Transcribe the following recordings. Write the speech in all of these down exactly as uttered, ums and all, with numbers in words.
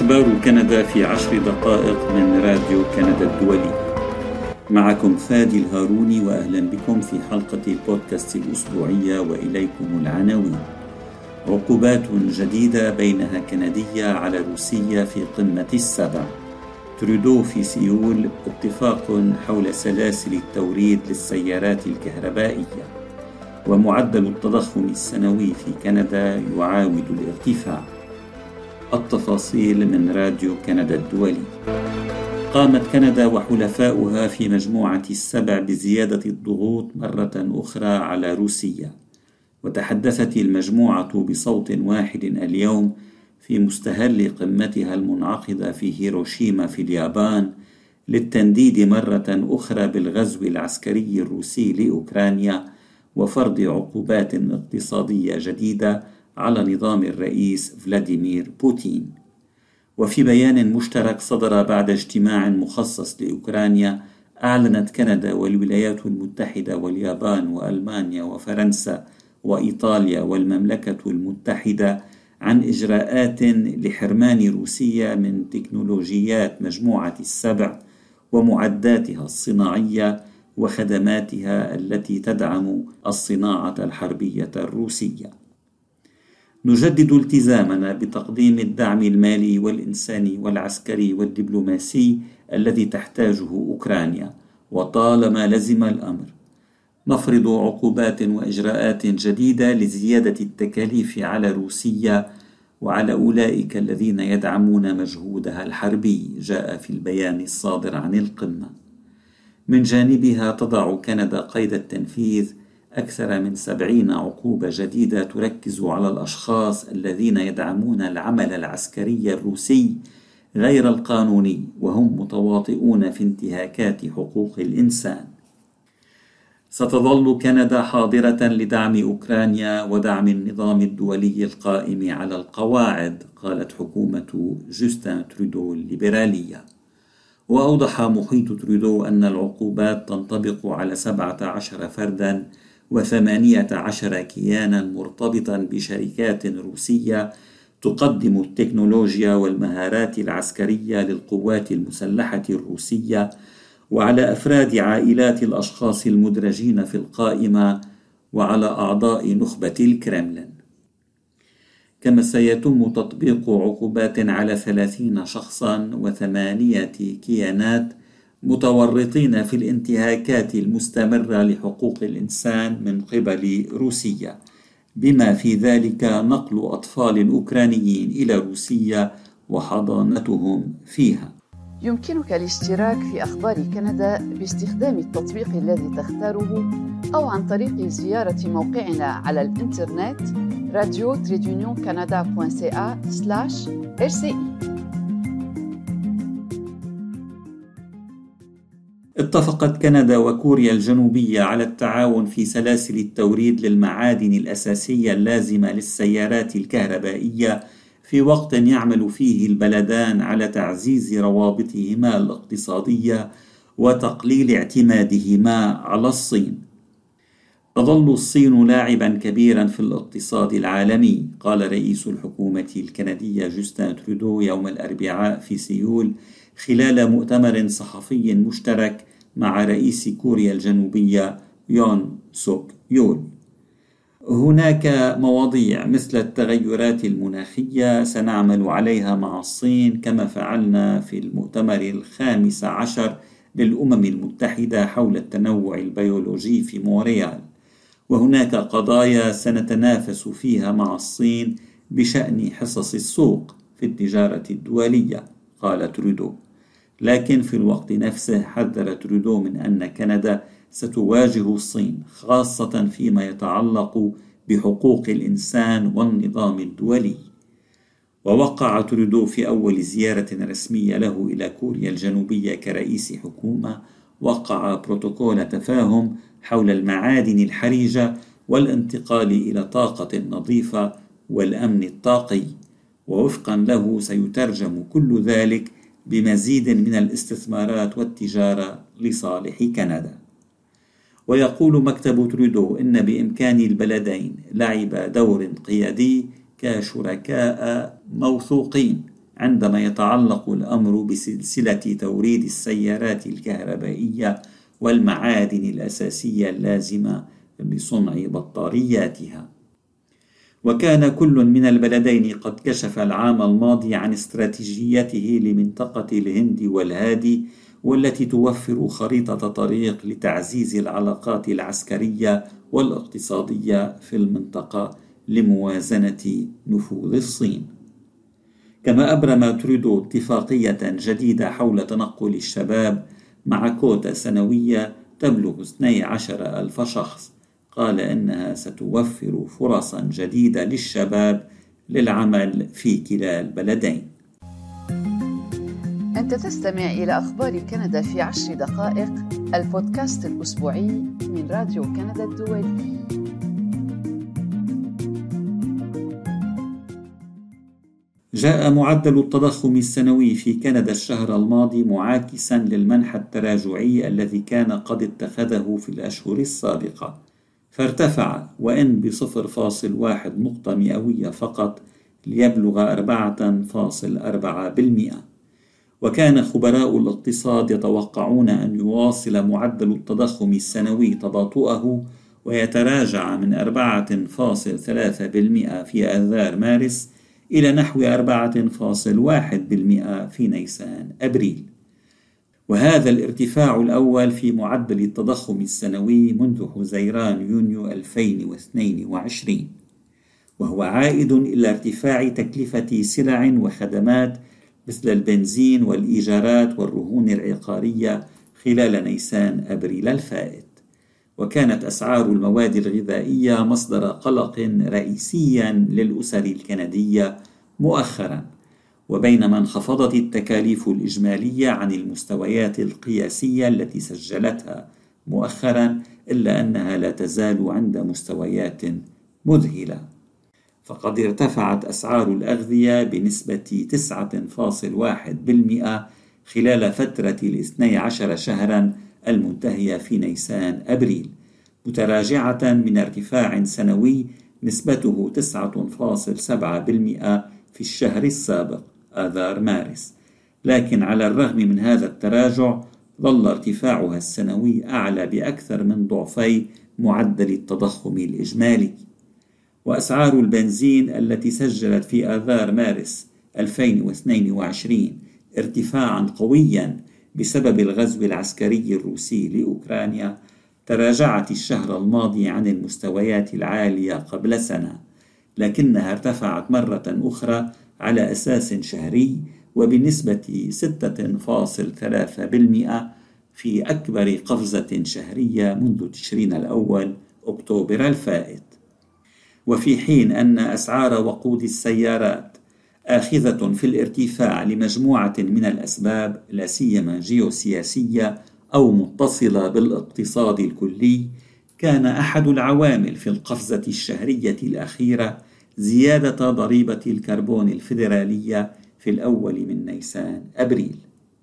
أخبار كندا في عشر دقائق من راديو كندا الدولي. معكم فادي الهاروني، وأهلا بكم في حلقة بودكاست الأسبوعية، وإليكم العناوين. عقوبات جديدة بينها كندية على روسيا في قمة السبع. ترودو في سيول، اتفاق حول سلاسل التوريد للسيارات الكهربائية. ومعدل التضخم السنوي في كندا يعاود الارتفاع. التفاصيل من راديو كندا الدولي. قامت كندا وحلفاؤها في مجموعة السبع بزيادة الضغوط مرة أخرى على روسيا، وتحدثت المجموعة بصوت واحد اليوم في مستهل قمتها المنعقدة في هيروشيما في اليابان للتنديد مرة أخرى بالغزو العسكري الروسي لأوكرانيا وفرض عقوبات اقتصادية جديدة على نظام الرئيس فلاديمير بوتين. وفي بيان مشترك صدر بعد اجتماع مخصص لأوكرانيا، أعلنت كندا والولايات المتحدة واليابان وألمانيا وفرنسا وإيطاليا والمملكة المتحدة عن إجراءات لحرمان روسيا من تكنولوجيات مجموعة السبع ومعداتها الصناعية وخدماتها التي تدعم الصناعة الحربية الروسية. نجدد التزامنا بتقديم الدعم المالي والإنساني والعسكري والدبلوماسي الذي تحتاجه أوكرانيا، وطالما لزم الأمر نفرض عقوبات وإجراءات جديدة لزيادة التكاليف على روسيا وعلى أولئك الذين يدعمون مجهودها الحربي، جاء في البيان الصادر عن القمة. من جانبها تضع كندا قيد التنفيذ أكثر من سبعين عقوبة جديدة تركز على الأشخاص الذين يدعمون العمل العسكري الروسي غير القانوني وهم متواطئون في انتهاكات حقوق الإنسان. ستظل كندا حاضرة لدعم أوكرانيا ودعم النظام الدولي القائم على القواعد، قالت حكومة جوستن ترودو الليبرالية. وأوضح محيط ترودو أن العقوبات تنطبق على سبعة عشر فرداً وثمانية عشر كيانا مرتبطا بشركات روسية تقدم التكنولوجيا والمهارات العسكرية للقوات المسلحة الروسية، وعلى أفراد عائلات الأشخاص المدرجين في القائمة، وعلى أعضاء نخبة الكرملين. كما سيتم تطبيق عقوبات على ثلاثين شخصا وثمانية كيانات متورطين في الانتهاكات المستمرة لحقوق الإنسان من قبل روسيا، بما في ذلك نقل أطفال أوكرانيين إلى روسيا وحضانتهم فيها. يمكنك الاشتراك في أخبار كندا باستخدام التطبيق الذي تختاره أو عن طريق زيارة موقعنا على الإنترنت راديو تريدونيون كندا دوت سي إيه سلاش إر سي إي. اتفقت كندا وكوريا الجنوبية على التعاون في سلاسل التوريد للمعادن الأساسية اللازمة للسيارات الكهربائية، في وقت يعمل فيه البلدان على تعزيز روابطهما الاقتصادية وتقليل اعتمادهما على الصين. تظل الصين لاعبا كبيرا في الاقتصاد العالمي، قال رئيس الحكومة الكندية جوستن ترودو يوم الأربعاء في سيول خلال مؤتمر صحفي مشترك مع رئيس كوريا الجنوبية يون سوك يول. هناك مواضيع مثل التغيرات المناخية سنعمل عليها مع الصين، كما فعلنا في المؤتمر الخامس عشر للأمم المتحدة حول التنوع البيولوجي في مونريال، وهناك قضايا سنتنافس فيها مع الصين بشأن حصص السوق في التجارة الدولية، قال ترودو. لكن في الوقت نفسه حذر ترودو من أن كندا ستواجه الصين، خاصة فيما يتعلق بحقوق الإنسان والنظام الدولي. ووقع ترودو في أول زيارة رسمية له إلى كوريا الجنوبية كرئيس حكومة، وقع بروتوكول تفاهم حول المعادن الحرجة والانتقال إلى طاقة نظيفة والأمن الطاقي، ووفقا له سيترجم كل ذلك بمزيد من الاستثمارات والتجارة لصالح كندا. ويقول مكتب ترودو إن بإمكان البلدين لعب دور قيادي كشركاء موثوقين عندما يتعلق الأمر بسلسلة توريد السيارات الكهربائية والمعادن الأساسية اللازمة لصنع بطارياتها. وكان كل من البلدين قد كشف العام الماضي عن استراتيجيته لمنطقة الهند والهادي، والتي توفر خريطة طريق لتعزيز العلاقات العسكرية والاقتصادية في المنطقة لموازنة نفوذ الصين. كما أبرم ترودو اتفاقية جديدة حول تنقل الشباب مع كوتا سنوية تبلغ اثني عشر ألف شخص. قال إنها ستوفر فرصا جديدة للشباب للعمل في كلا البلدين. أنت تستمع إلى أخبار كندا في عشر دقائق، البودكاست الأسبوعي من راديو كندا الدولي. جاء معدل التضخم السنوي في كندا الشهر الماضي معاكسا للمنح التراجعي الذي كان قد اتخذه في الأشهر السابقة، فارتفع وإن بصفر فاصل واحد نقطة مئوية فقط ليبلغ أربعة فاصل أربعة بالمئة. وكان خبراء الاقتصاد يتوقعون أن يواصل معدل التضخم السنوي تباطؤه ويتراجع من أربعة فاصل ثلاثة بالمئة في آذار مارس إلى نحو أربعة فاصل واحد بالمئة في نيسان أبريل. وهذا الارتفاع الأول في معدل التضخم السنوي منذ حزيران يونيو ألفين واثنين وعشرين، وهو عائد إلى ارتفاع تكلفة سلع وخدمات مثل البنزين والإيجارات والرهون العقارية خلال نيسان أبريل الفائت. وكانت أسعار المواد الغذائية مصدر قلق رئيسيا للأسر الكندية مؤخرا، وبينما انخفضت التكاليف الإجمالية عن المستويات القياسية التي سجلتها مؤخرا، إلا أنها لا تزال عند مستويات مذهلة. فقد ارتفعت أسعار الأغذية بنسبة تسعة فاصل واحد بالمئة خلال فترة الاثني عشر شهرا المنتهية في نيسان أبريل، متراجعة من ارتفاع سنوي نسبته تسعة فاصل سبعة بالمئة في الشهر السابق آذار مارس. لكن على الرغم من هذا التراجع ظل ارتفاعها السنوي أعلى بأكثر من ضعفي معدل التضخم الإجمالي. وأسعار البنزين التي سجلت في آذار مارس ألفين واثنين وعشرين ارتفاعا قويا بسبب الغزو العسكري الروسي لأوكرانيا تراجعت الشهر الماضي عن المستويات العالية قبل سنة، لكنها ارتفعت مرة أخرى على أساس شهري وبنسبة ستة فاصل ثلاثة بالمئة في أكبر قفزة شهرية منذ تشرين الأول أكتوبر الفائت. وفي حين أن أسعار وقود السيارات آخذة في الارتفاع لمجموعة من الأسباب لا سيما جيوسياسية أو متصلة بالاقتصاد الكلي، كان أحد العوامل في القفزة الشهرية الأخيرة زيادة ضريبة الكربون الفيدرالية في الأول من نيسان أبريل،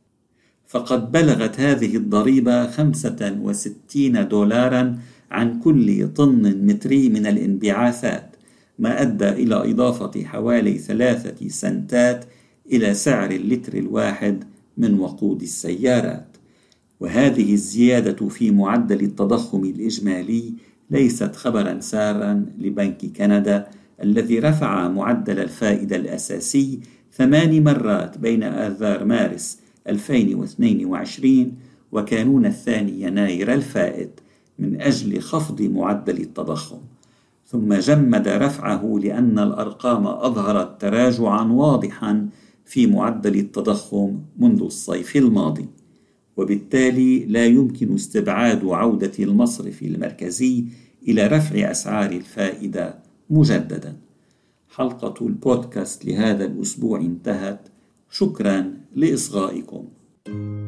فقد بلغت هذه الضريبة خمسة وستين دولارا عن كل طن متري من الانبعاثات، ما أدى إلى إضافة حوالي ثلاثة سنتات إلى سعر اللتر الواحد من وقود السيارات. وهذه الزيادة في معدل التضخم الإجمالي ليست خبرا سارا لبنك كندا الذي رفع معدل الفائدة الأساسي ثمان مرات بين آذار مارس ألفين واثنين وعشرين وكانون الثاني يناير الفائت من أجل خفض معدل التضخم، ثم جمد رفعه لأن الأرقام أظهرت تراجعا واضحا في معدل التضخم منذ الصيف الماضي، وبالتالي لا يمكن استبعاد عودة المصرف المركزي إلى رفع أسعار الفائدة مجددا. حلقة البودكاست لهذا الأسبوع انتهت. شكرا لإصغائكم.